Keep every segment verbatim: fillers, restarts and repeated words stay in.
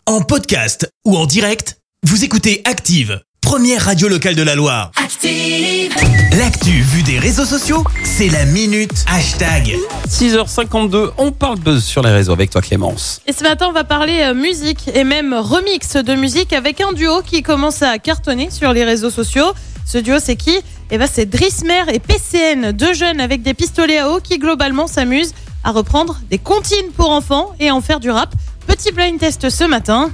En podcast ou en direct, vous écoutez Active, première radio locale de la Loire. Active! L'actu vue des réseaux sociaux, c'est la minute hashtag. six heures cinquante-deux, on parle buzz sur les réseaux avec toi Clémence. Et ce matin, on va parler euh, musique et même remix de musique avec un duo qui commence à cartonner sur les réseaux sociaux. Ce duo, c'est qui ? Eh ben, c'est Drismer et P C N, deux jeunes avec des pistolets à eau qui globalement s'amusent à reprendre des comptines pour enfants et à en faire du rap. Petit blind test ce matin.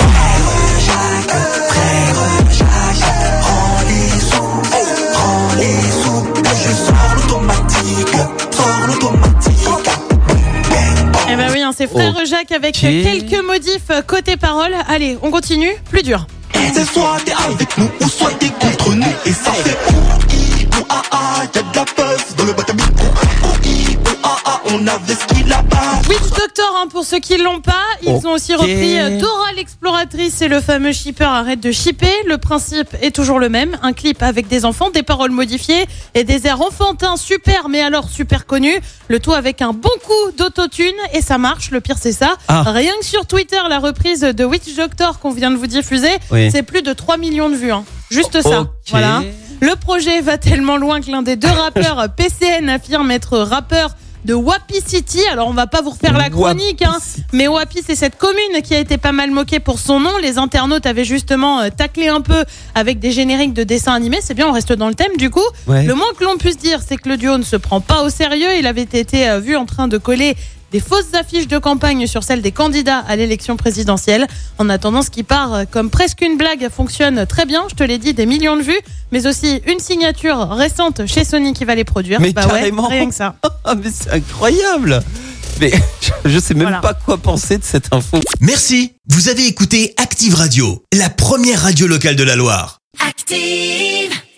Eh ben oui, hein, c'est Frère okay. Jacques avec quelques modifs côté parole. Allez, on continue, plus dur. C'est soit t'es avec nous ou soit t'es contre nous. Et ça fait ou ou ah ah, y'a de la buzz dans le bottom. Ou ou ah ah, on avait ce qu'il a pas. Witch Doctor, hein, pour ceux qui l'ont pas, ils okay. ont aussi repris euh, Dora l'exploratrice et le fameux shipper arrête de shipper. Le principe est toujours le même, un clip avec des enfants, des paroles modifiées et des airs enfantins super, mais alors super connus. Le tout avec un bon coup d'autotune et ça marche. Le pire c'est ça. Ah. Rien que sur Twitter, la reprise de Witch Doctor qu'on vient de vous diffuser, oui. c'est plus de trois millions de vues. Hein. Juste ça. Okay. Voilà. Le projet va tellement loin que l'un des deux rappeurs, P C N, affirme être rappeur de Wapi City. Alors on va pas vous refaire la chronique, hein, mais Wapi c'est cette commune qui a été pas mal moquée pour son nom. Les internautes avaient justement euh, taclé un peu avec des génériques de dessins animés. C'est bien, on reste dans le thème du coup. Ouais. Le moins que l'on puisse dire, c'est que le duo ne se prend pas au sérieux. Il avait été euh, vu en train de coller des fausses affiches de campagne sur celles des candidats à l'élection présidentielle. En attendant, ce qui part comme presque une blague fonctionne très bien. Je te l'ai dit, des millions de vues, mais aussi une signature récente chez Sony qui va les produire. Mais bah carrément. Ouais, rien que ça. Mais c'est incroyable. Mais je sais même voilà. pas quoi penser de cette info. Merci. Vous avez écouté Active Radio, la première radio locale de la Loire. Active!